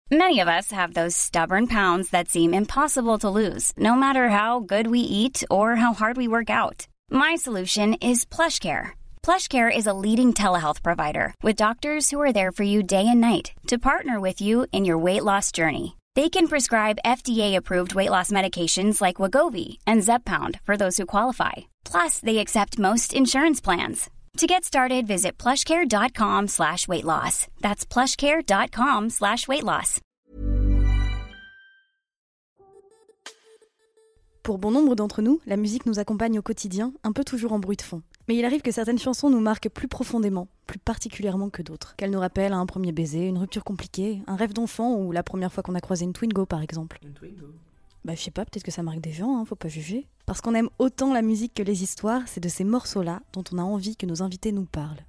Many of us have those stubborn pounds that seem impossible to lose, no matter how good we eat or how hard we work out. My solution is PlushCare. PlushCare is a leading telehealth provider with doctors who are there for you day and night to partner with you in your weight loss journey. They can prescribe FDA-approved weight loss medications like Wegovy and Zepbound for those who qualify. Plus, they accept most insurance plans. To get started, visit plushcare.com/weightloss. That's plushcare.com/weightloss. Pour bon nombre d'entre nous, la musique nous accompagne au quotidien, un peu toujours en bruit de fond. Mais il arrive que certaines chansons nous marquent plus profondément, plus particulièrement que d'autres. Qu'elles nous rappellent un premier baiser, une rupture compliquée, un rêve d'enfant ou la première fois qu'on a croisé une Twingo par exemple. Une Twingo? Je sais pas, peut-être que ça marque des gens, faut pas juger. Parce qu'on aime autant la musique que les histoires, c'est de ces morceaux-là dont on a envie que nos invités nous parlent.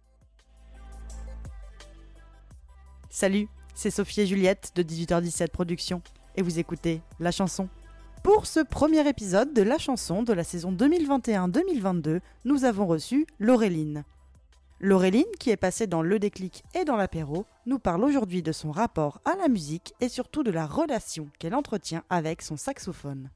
Salut, c'est Sophie et Juliette de 18h17 Productions et vous écoutez La Chanson. Pour ce premier épisode de La Chanson de la saison 2021-2022, nous avons reçu Laureline. Laureline, qui est passée dans Le Déclic et dans l'apéro, nous parle aujourd'hui de son rapport à la musique et surtout de la relation qu'elle entretient avec son saxophone.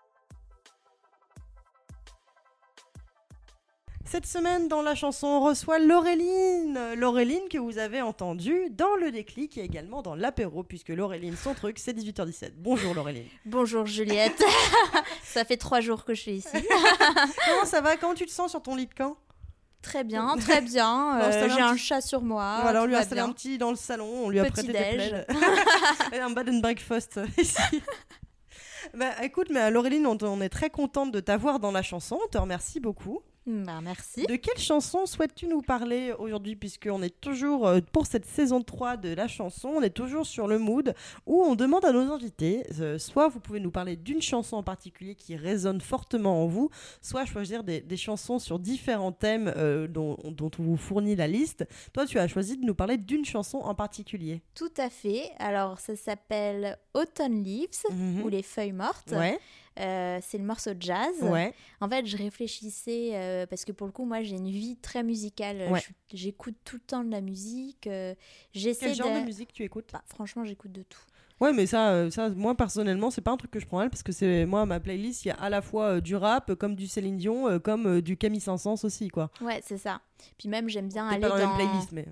Cette semaine, dans La Chanson, on reçoit Laureline. Laureline que vous avez entendue dans Le Déclic et également dans l'apéro, puisque Laureline, son truc, c'est 18h17. Bonjour Laureline. Bonjour Juliette. Ça fait 3 jours que je suis ici. Comment ça va? Comment tu te sens sur ton lit de camp? Très bien, très bien. J'ai un chat sur moi. Voilà, on lui a installé un petit dans le salon, on lui a prêté des plaids. Un bed and breakfast ici. Écoute, Laureline, on est très contente de t'avoir dans La Chanson. On te remercie beaucoup. Merci. De quelle chanson souhaites-tu nous parler aujourd'hui, puisqu'on est toujours, pour cette saison 3 de La Chanson, on est toujours sur le mood où on demande à nos invités, soit vous pouvez nous parler d'une chanson en particulier qui résonne fortement en vous, soit choisir des chansons sur différents thèmes dont on vous fournit la liste. Toi, tu as choisi de nous parler d'une chanson en particulier. Tout à fait. Alors, ça s'appelle Autumn Leaves, ou Les Feuilles Mortes. Ouais. C'est le morceau de jazz. Ouais. En fait, je réfléchissais parce que pour le coup, moi, j'ai une vie très musicale. Ouais. J'écoute tout le temps de la musique. Quel genre de musique tu écoutes? Franchement, j'écoute de tout. Ouais, mais ça, moi personnellement, c'est pas un truc que je prends mal parce que c'est moi ma playlist, il y a à la fois du rap, comme du Céline Dion, comme du Camille Saint-Saëns aussi, quoi. Ouais, c'est ça. Puis même, j'aime bien T'es aller pas dans la dans même playlist, mais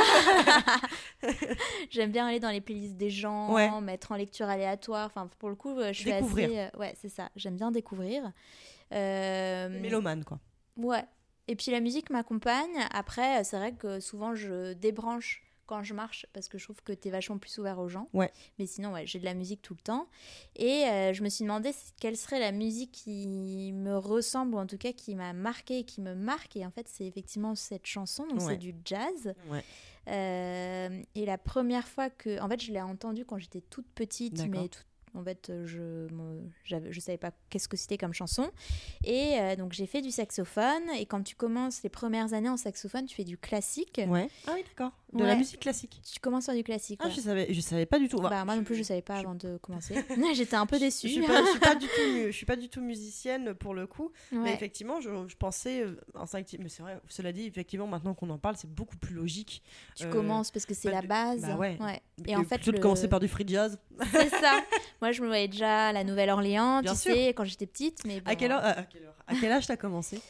j'aime bien aller dans les playlists des gens, ouais. Mettre en lecture aléatoire. Enfin, pour le coup, je suis découvrir. assez. Ouais, c'est ça. J'aime bien découvrir. Mélomane, quoi. Ouais. Et puis la musique m'accompagne. Après, c'est vrai que souvent je débranche quand je marche parce que je trouve que t'es vachement plus ouvert aux gens. Ouais. Mais sinon, ouais, j'ai de la musique tout le temps. Et je me suis demandé quelle serait la musique qui me ressemble ou en tout cas qui m'a marqué et qui me marque. Et en fait, c'est effectivement cette chanson. Donc c'est du jazz. Ouais. Et la première fois que... En fait, je l'ai entendue quand j'étais toute petite. D'accord. Mais en fait, je savais pas qu'est-ce que c'était comme chanson. Et donc, j'ai fait du saxophone. Et quand tu commences les premières années en saxophone, tu fais du classique. Ouais. Ah oui, d'accord. De la musique classique. Tu commences par du classique. Ah, ouais. je savais pas du tout. Moi non plus, je savais pas avant de commencer. J'étais un peu déçue. Je suis pas du tout musicienne pour le coup. Ouais. Mais effectivement, je pensais instinctivement. Mais c'est vrai, cela dit, effectivement, maintenant qu'on en parle, c'est beaucoup plus logique. Tu commences parce que c'est la base. Ouais. Et en fait, plutôt de commencer par du free jazz. C'est ça. Moi, je me voyais déjà à la Nouvelle-Orléans, Bien tu sûr. sais, quand j'étais petite. Mais bon. À quel âge t'as commencé?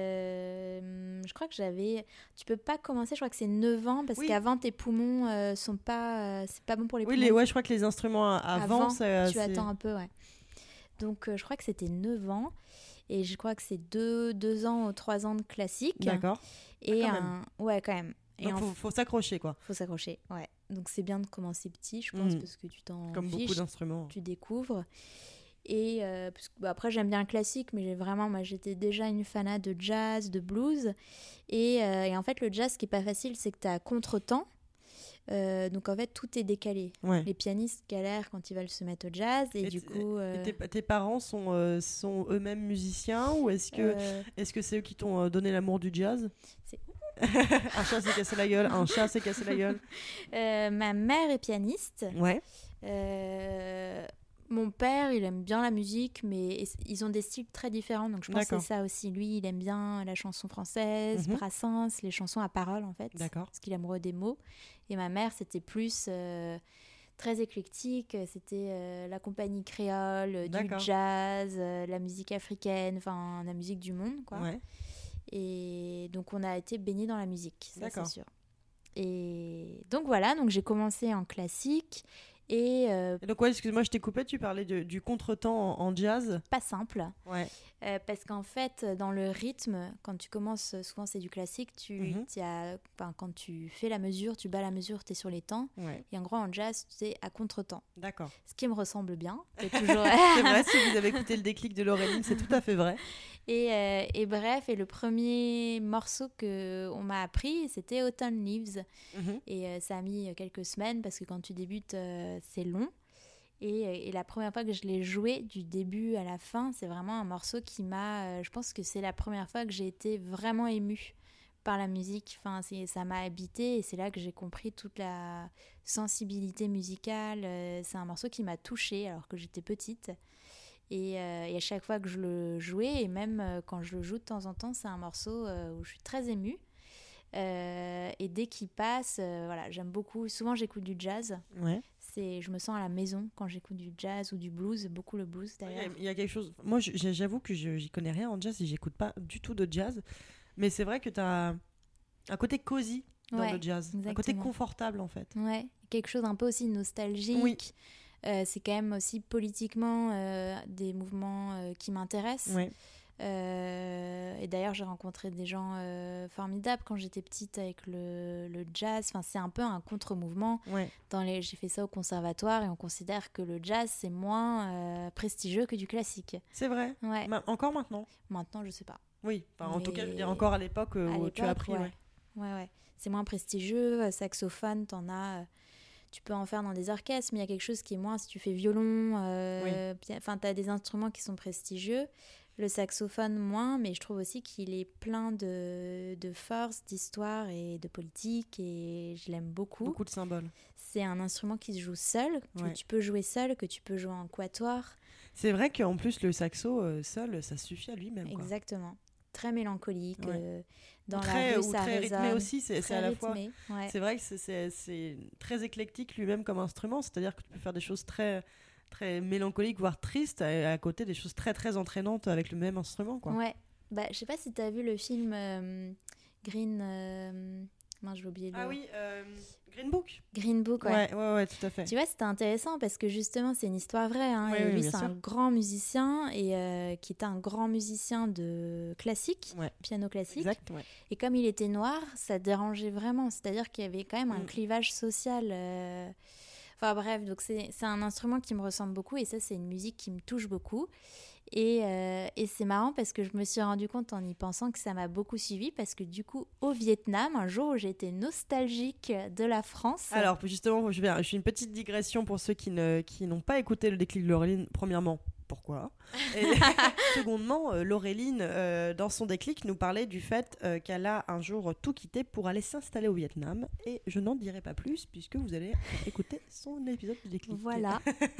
Je crois que j'avais... Tu peux pas commencer, je crois que c'est 9 ans, parce qu'avant, tes poumons sont pas... c'est pas bon pour les poumons. Oui, je crois que les instruments avant tu attends un peu, ouais. Donc, je crois que c'était 9 ans. Et je crois que c'est 2 ans ou 3 ans de classique. D'accord. Et ouais, quand même. Donc, faut s'accrocher, quoi. Faut s'accrocher, ouais. Donc, c'est bien de commencer petit, je pense, parce que tu t'en Comme fiches, beaucoup d'instruments. tu découvres. Et parce que, après, j'aime bien le classique, mais moi, j'étais déjà une fanat de jazz, de blues. Et en fait, le jazz, ce qui n'est pas facile, c'est que tu as contre-temps. Donc, en fait, tout est décalé. Ouais. Les pianistes galèrent quand ils veulent se mettre au jazz. Et du coup... tes parents sont eux-mêmes musiciens ou est-ce que c'est eux qui t'ont donné l'amour du jazz? Un chat s'est cassé la gueule. Ma mère est pianiste. Ouais. Mon père, il aime bien la musique, mais ils ont des styles très différents. Donc, je pense que c'est ça aussi. Lui, il aime bien la chanson française, Brassens, les chansons à paroles, en fait. D'accord. Parce qu'il est amoureux des mots. Et ma mère, c'était plus très éclectique. C'était la compagnie créole, du D'accord. jazz, la musique africaine, enfin la musique du monde, quoi. Ouais. Et donc on a été baigné dans la musique, ça D'accord. c'est sûr. Et donc voilà, donc j'ai commencé en classique et Et donc, ouais, excuse-moi, je t'ai coupé, tu parlais du contretemps en jazz. pas simple. Ouais. Parce qu'en fait, dans le rythme, quand tu commences, souvent c'est du classique, quand tu fais la mesure, tu bats la mesure, tu es sur les temps. Ouais. Et en gros, en jazz, tu es à contre-temps. D'accord. Ce qui me ressemble bien. C'est toujours... C'est vrai, si vous avez écouté le déclic de Laureline, c'est tout à fait vrai. et bref, et le premier morceau qu'on m'a appris, c'était Autumn Leaves. Et ça a mis quelques semaines parce que quand tu débutes, c'est long. Et la première fois que je l'ai joué, du début à la fin, c'est vraiment un morceau qui m'a... je pense que c'est la première fois que j'ai été vraiment émue par la musique. Enfin, ça m'a habité et c'est là que j'ai compris toute la sensibilité musicale. C'est un morceau qui m'a touchée alors que j'étais petite. Et à chaque fois que je le jouais, et même quand je le joue de temps en temps, c'est un morceau où je suis très émue. Et dès qu'il passe, voilà, j'aime beaucoup. Souvent, j'écoute du jazz. Ouais. Je me sens à la maison quand j'écoute du jazz ou du blues, beaucoup le blues d'ailleurs. Il y a quelque chose. Moi, j'avoue que j'y connais rien en jazz et j'écoute pas du tout de jazz. Mais c'est vrai que tu as un côté cosy dans le jazz. Exactement. Un côté confortable, en fait. Ouais, quelque chose un peu aussi nostalgique. Oui. C'est quand même aussi politiquement des mouvements qui m'intéressent. Ouais. Et d'ailleurs, j'ai rencontré des gens formidables quand j'étais petite avec le jazz. Enfin, c'est un peu un contre-mouvement. Ouais. J'ai fait ça au conservatoire et on considère que le jazz, c'est moins prestigieux que du classique. C'est vrai. Ouais. Encore maintenant. Maintenant, je sais pas. Oui. Enfin, en Mais tout cas, je veux dire encore à l'époque où tu as appris. Ouais. Ouais. C'est moins prestigieux. Saxophone, t'en as... tu peux en faire dans des orchestres, mais il y a quelque chose qui est moins... Si tu fais violon, enfin, t'as des instruments qui sont prestigieux. Le saxophone, moins, mais je trouve aussi qu'il est plein de force, d'histoire et de politique, et je l'aime beaucoup. Beaucoup de symboles. C'est un instrument qui se joue seul, que tu peux jouer seul, que tu peux jouer en quatuor. C'est vrai qu'en plus, le saxo seul, ça suffit à lui-même. Exactement. Très mélancolique. Dans très, la rue, ça très résonne. rythmé aussi. C'est à la fois... Ouais. C'est vrai que c'est très éclectique lui-même comme instrument. C'est-à-dire que tu peux faire des choses très... très mélancolique, voire triste, à côté des choses très très entraînantes avec le même instrument, quoi. Ouais. Bah, je sais pas si t'as vu le film Green... Mince, j'ai oublié le... Ah oui, Green Book. Green Book, ouais. Ouais, tout à fait. Tu vois, c'était intéressant parce que justement, c'est une histoire vraie. Hein, et lui, c'est un grand musicien et qui était un grand musicien de classique, piano classique. Exact, ouais. Et comme il était noir, ça dérangeait vraiment. C'est-à-dire qu'il y avait quand même un clivage social... Enfin bref, donc c'est un instrument qui me ressemble beaucoup et ça, c'est une musique qui me touche beaucoup. Et c'est marrant parce que je me suis rendu compte en y pensant que ça m'a beaucoup suivi parce que du coup, au Vietnam, un jour où j'étais nostalgique de la France... Alors justement, je fais une petite digression pour ceux qui n'ont pas écouté le déclic de Laureline. Premièrement, pourquoi ? Et secondement, Laureline, dans son déclic, nous parlait du fait qu'elle a un jour tout quitté pour aller s'installer au Vietnam. Et je n'en dirai pas plus puisque vous allez écouter son épisode du déclic. Voilà.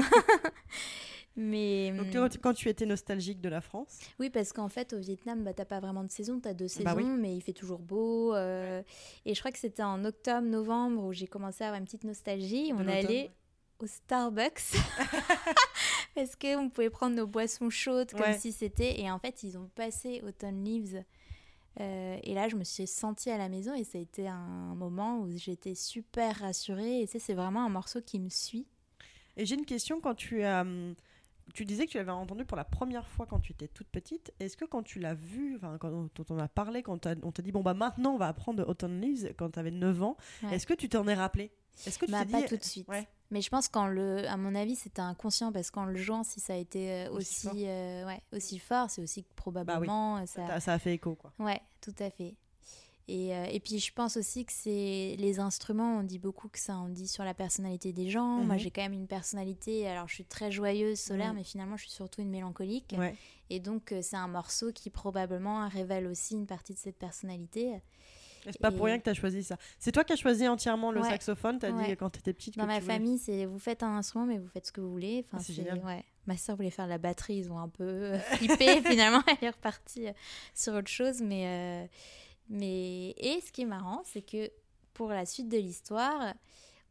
Mais... Donc quand tu étais nostalgique de la France ? Oui, parce qu'en fait, au Vietnam, t'as pas vraiment de saison, t'as 2 saisons, mais il fait toujours beau. Et je crois que c'était en octobre, novembre où j'ai commencé à avoir une petite nostalgie. On est allé au Starbucks parce qu'on pouvait prendre nos boissons chaudes comme si c'était... Et en fait, ils ont passé Autumn Leaves. Et là, je me suis sentie à la maison et ça a été un moment où j'étais super rassurée. Et c'est vraiment un morceau qui me suit. Et j'ai une question, quand tu disais que tu l'avais entendu pour la première fois quand tu étais toute petite. Est-ce que quand tu l'as vu, quand on a parlé, quand on t'a dit bon bah maintenant on va apprendre Autumn Leaves quand tu avais 9 ans, est-ce que tu t'en es rappelé ? Est-ce que tu t'es dit... Pas tout de suite. Mais je pense à mon avis, c'était inconscient parce qu'en le jouant, si ça a été aussi fort, c'est aussi que probablement ça a fait écho, quoi. Ouais, tout à fait. Et puis je pense aussi que c'est les instruments, on dit beaucoup que ça en dit sur la personnalité des gens. Moi j'ai quand même une personnalité, alors je suis très joyeuse, solaire, mais finalement je suis surtout une mélancolique. Et donc c'est un morceau qui probablement révèle aussi une partie de cette personnalité. Et c'est pas pour rien que tu as choisi ça. C'est toi qui as choisi entièrement le saxophone, tu as dit quand tu étais petite. Dans ma famille, c'est vous faites un instrument mais vous faites ce que vous voulez. Enfin, c'est génial. Ma soeur voulait faire de la batterie, ils ont un peu flippé, finalement elle est repartie sur autre chose, et ce qui est marrant, c'est que pour la suite de l'histoire,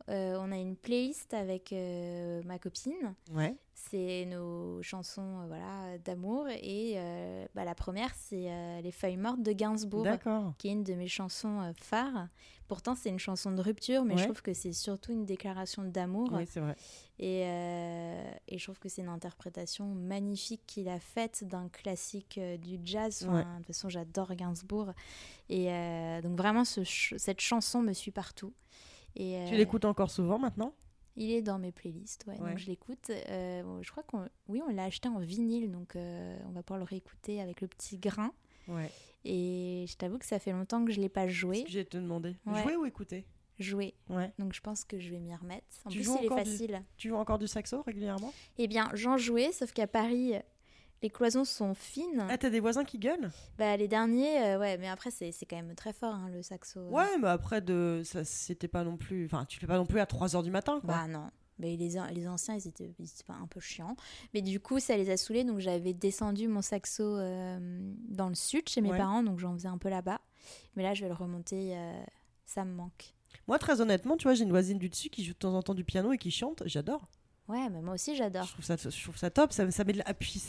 on a une playlist avec ma copine. Ouais. C'est nos chansons d'amour. Et la première, c'est Les Feuilles mortes de Gainsbourg, D'accord. qui est une de mes chansons phares. Pourtant, c'est une chanson de rupture, mais je trouve que c'est surtout une déclaration d'amour. Oui, c'est vrai. Et je trouve que c'est une interprétation magnifique qu'il a faite d'un classique du jazz. De toute façon, j'adore Gainsbourg. Et donc vraiment, cette chanson me suit partout. Et, tu l'écoutes encore souvent maintenant ? Il est dans mes playlists, donc je l'écoute. Je crois qu'on l'a acheté en vinyle, donc on va pouvoir le réécouter avec le petit grain. Ouais. Et je t'avoue que ça fait longtemps que je ne l'ai pas joué. C'est ce que j'ai te demander. Ouais. Jouer ou écouter ? Jouer. Ouais. Donc je pense que je vais m'y remettre. En Tu plus, joues il est encore facile. Tu joues encore du saxo régulièrement ? Eh bien, j'en jouais, sauf qu'à Paris, les cloisons sont fines. Ah, t'as des voisins qui gueulent ? Les derniers, mais après, c'est quand même très fort, hein, le saxo. Ouais, mais après, ça, c'était pas non plus... Enfin, tu fais pas non plus à 3h du matin, quoi. Bah non. Mais les anciens, ils étaient pas un peu chiants. Mais du coup, ça les a saoulés. Donc, j'avais descendu mon saxo dans le sud, chez mes parents. Donc, j'en faisais un peu là-bas. Mais là, je vais le remonter. Ça me manque. Moi, très honnêtement, tu vois, j'ai une voisine du dessus qui joue de temps en temps du piano et qui chante. J'adore. Ouais, mais moi aussi, j'adore. Je trouve ça top. Ça met de la... Puis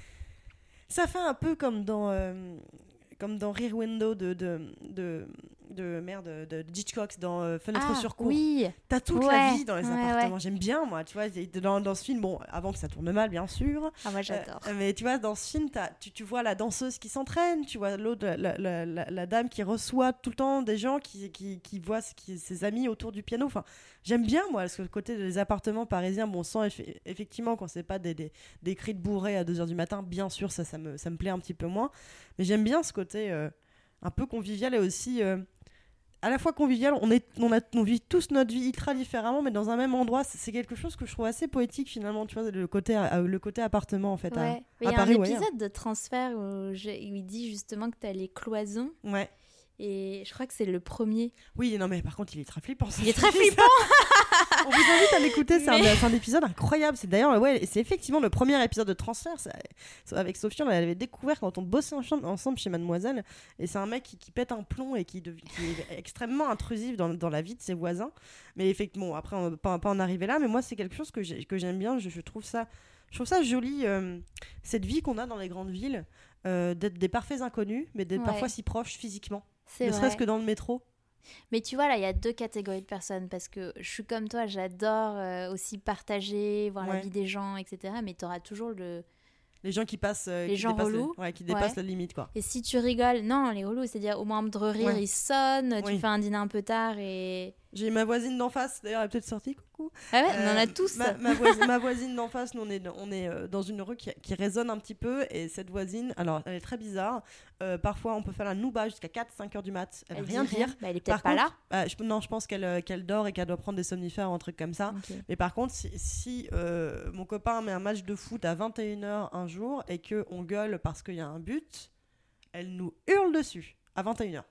ça fait un peu comme dans Rear Window de Hitchcock, dans Fenêtre sur cour. Oui. T'as toute la vie dans les appartements. J'aime bien, moi, tu vois, dans ce film, bon, avant que ça tourne mal, bien sûr. Ah, moi, j'adore. Mais tu vois, dans ce film, tu vois la danseuse qui s'entraîne, tu vois l'autre, la dame qui reçoit tout le temps des gens qui voient ses amis autour du piano. Enfin, j'aime bien, moi, parce que le côté des appartements parisiens, bon, sans effectivement, quand c'est pas des cris de bourré à 2h du matin, bien sûr, ça me plaît un petit peu moins. Mais j'aime bien ce côté un peu convivial et aussi... à la fois convivial, on vit tous notre vie ultra différemment, mais dans un même endroit. C'est quelque chose que je trouve assez poétique finalement, tu vois, le côté appartement en fait. Ouais. Il y a Paris, un épisode de Transfert où il dit justement que t'as les cloisons. Ouais. Et je crois que c'est le premier. Oui, non mais par contre, il est très flippant. Il est très flippant. On vous invite à l'écouter, c'est un épisode incroyable. C'est d'ailleurs, c'est effectivement le premier épisode de Transfert. Avec Sophie, on l'avait découvert quand on bossait ensemble chez Mademoiselle. Et c'est un mec qui pète un plomb et qui est extrêmement intrusif dans la vie de ses voisins. Mais effectivement, après, on ne peut pas en arriver là. Mais moi, c'est quelque chose que j'aime bien. Je trouve ça joli, cette vie qu'on a dans les grandes villes, d'être des parfaits inconnus, mais d'être parfois si proches physiquement. Ne serait-ce que dans le métro. Mais tu vois, là, il y a 2 catégories de personnes, parce que je suis comme toi, j'adore aussi partager, voir la vie des gens, etc. Mais tu auras toujours les gens qui passent... les gens relous. Qui dépassent la limite, quoi. Et si tu rigoles... Non, les relous, c'est-à-dire au moindre rire, ils sonnent, tu fais un dîner un peu tard et... J'ai ma voisine d'en face, d'ailleurs, elle est peut-être sortie, coucou. Ah ouais, on en a tous. Ma voisine d'en face, nous, on est dans une rue qui résonne un petit peu, et cette voisine, alors, elle est très bizarre. Parfois, on peut faire la nouba jusqu'à 4-5 heures du mat. Elle veut rien dire. Bah, elle est peut-être pas là. Je pense qu'elle dort et qu'elle doit prendre des somnifères ou un truc comme ça. Okay. Mais par contre, si mon copain met un match de foot à 21h un jour et qu'on gueule parce qu'il y a un but, elle nous hurle dessus à 21h.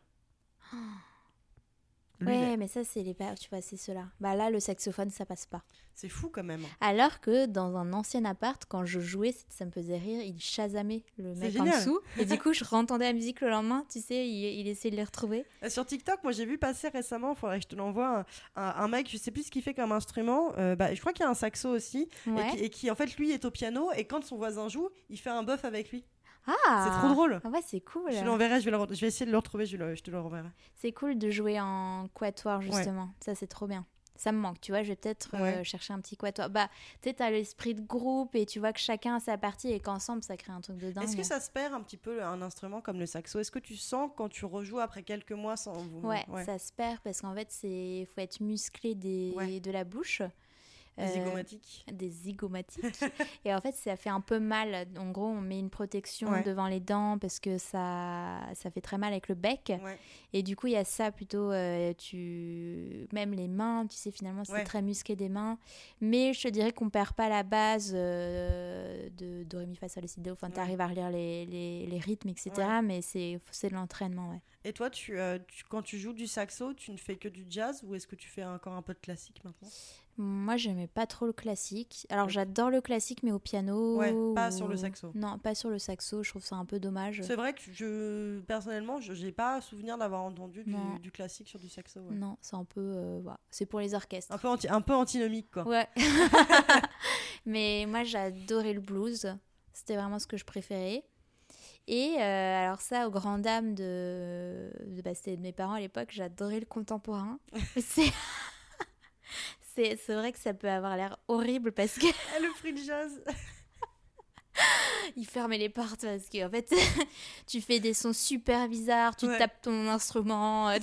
Ouais, mais ça, c'est tu vois, c'est cela. Bah là, le saxophone, ça passe pas. C'est fou quand même. Alors que dans un ancien appart, quand je jouais, ça me faisait rire, il chasamait le mec en dessous. Et du coup, je rentendais la musique le lendemain, tu sais, il essayait de les retrouver. Sur TikTok, moi, j'ai vu passer récemment, il faudrait que je te l'envoie, un mec, je sais plus ce qu'il fait comme instrument. Je crois qu'il y a un saxo aussi. Et qui, en fait, lui, est au piano. Et quand son voisin joue, il fait un bœuf avec lui. Ah, c'est trop drôle. Ah ouais, c'est cool. Je l'enverrai, je vais essayer de le retrouver, je te le renverrai. C'est cool de jouer en quatuor, justement. Ça, c'est trop bien. Ça me manque, tu vois, je vais peut-être chercher un petit quatuor. Bah, tu sais, t'as l'esprit de groupe et tu vois que chacun a sa partie et qu'ensemble, ça crée un truc de dingue. Est-ce que ça se perd un petit peu un instrument comme le saxo ? Est-ce que tu sens quand tu rejoues après quelques mois sans... Ouais, ça se perd parce qu'en fait, faut être musclé de la bouche. Des zygomatiques. Et en fait, ça fait un peu mal. En gros, on met une protection devant les dents parce que ça fait très mal avec le bec. Et du coup, il y a ça plutôt. Même les mains, tu sais, finalement, c'est très musclé des mains. Mais je te dirais qu'on perd pas la base de do, ré, mi, fa, sol, la, si, do. Enfin, t'arrives à relire les rythmes, etc. Mais c'est de l'entraînement, Et toi, quand tu joues du saxo, tu ne fais que du jazz ou est-ce que tu fais encore un peu de classique maintenant ? Moi, j'aimais pas trop le classique. Alors, j'adore le classique, mais au piano. Ouais, pas sur le saxo. Non, pas sur le saxo. Je trouve ça un peu dommage. C'est vrai que personnellement, j'ai pas souvenir d'avoir entendu du classique sur du saxo. Ouais. Non, c'est un peu... voilà. C'est pour les orchestres. Un peu antinomique, quoi. Ouais. Mais moi, j'adorais le blues. C'était vraiment ce que je préférais. Et alors ça, aux grandes dames c'était de mes parents à l'époque, j'adorais le contemporain. C'est vrai que ça peut avoir l'air horrible parce que... Le free jazz. Il fermait les portes parce qu'en fait, tu fais des sons super bizarres, tu tapes ton instrument...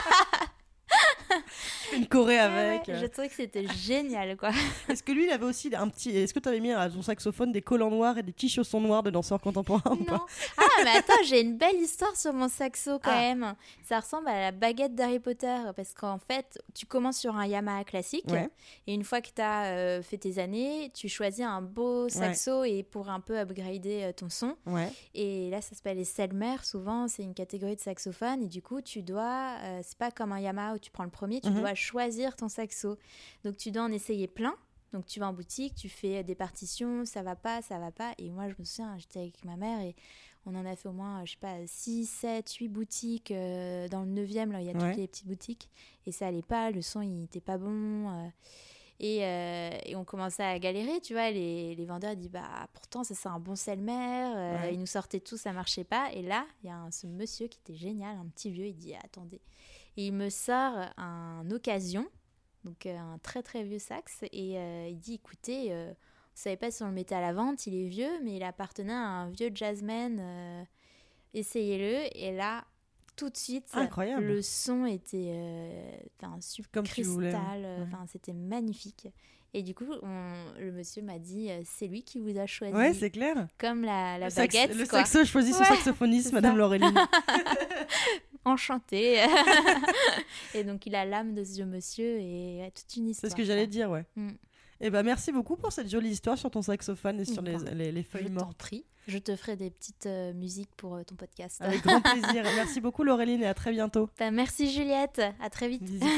Une choré avec. Ouais, je trouvais que c'était génial, quoi. Est-ce que lui, il avait aussi Est-ce que tu avais mis à ton saxophone des collants noirs et des petits chaussons noirs de danseurs contemporains ou pas? Ah, mais attends, j'ai une belle histoire sur mon saxo quand même. Ça ressemble à la baguette d'Harry Potter parce qu'en fait, tu commences sur un Yamaha classique et une fois que tu as fait tes années, tu choisis un beau saxo et pour un peu upgrader ton son. Ouais. Et là, ça s'appelle les Selmer. Souvent, c'est une catégorie de saxophone et du coup, tu dois, c'est pas comme un Yamaha où tu prends le premier, tu dois choisir ton saxo. Donc tu dois en essayer plein. Donc tu vas en boutique, tu fais des partitions, ça va pas. Et moi je me souviens, j'étais avec ma mère et on en a fait au moins, je sais pas, 6, 7, 8 boutiques dans le 9e, là où il y a toutes les petites boutiques. Et ça allait pas, le son il était pas bon. Et on commençait à galérer, tu vois. Les vendeurs disent, pourtant ça c'est un bon Selmer. Ils nous sortaient tout, ça marchait pas. Et là, il y a ce monsieur qui était génial, un petit vieux, il dit, attendez. Et il me sort un Occasion, donc un très très vieux sax, et il dit, écoutez, on ne savait pas si on le mettait à la vente, il est vieux, mais il appartenait à un vieux jazzman, essayez-le. Et là, tout de suite, incroyable. Le son était un super comme cristal, c'était magnifique. Et du coup, le monsieur m'a dit, c'est lui qui vous a choisi. Ouais, c'est clair. Comme la baguette. Le saxo choisit son saxophoniste, Madame Laureline. Enchantée. Et donc, il a l'âme de ce vieux monsieur et toute une histoire. C'est ce que j'allais dire, ouais. Et merci beaucoup pour cette jolie histoire sur ton saxophone et sur les feuilles mortes. Je t'en prie. Je te ferai des petites musiques pour ton podcast. Avec grand plaisir. Merci beaucoup, Laureline, et à très bientôt. Merci, Juliette. À très vite. Bisous.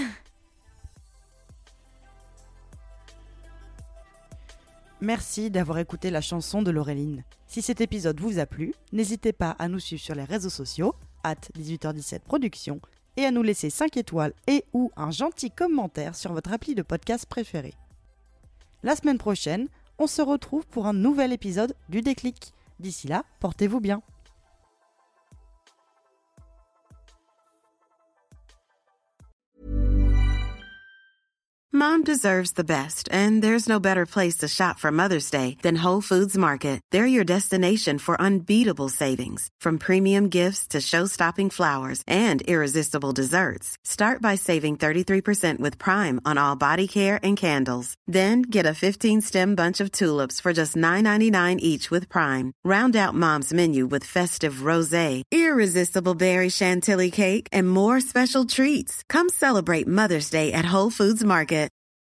Merci d'avoir écouté la chanson de Laureline. Si cet épisode vous a plu, n'hésitez pas à nous suivre sur les réseaux sociaux, @18h17 Productions, et à nous laisser 5 étoiles et ou un gentil commentaire sur votre appli de podcast préféré. La semaine prochaine, on se retrouve pour un nouvel épisode du Déclic. D'ici là, portez-vous bien. Mom deserves the best, and there's no better place to shop for Mother's Day than Whole Foods Market. They're your destination for unbeatable savings, from premium gifts to show-stopping flowers and irresistible desserts. Start by saving 33% with Prime on all body care and candles. Then get a 15-stem bunch of tulips for just $9.99 each with Prime. Round out Mom's menu with festive rosé, irresistible berry chantilly cake, and more special treats. Come celebrate Mother's Day at Whole Foods Market.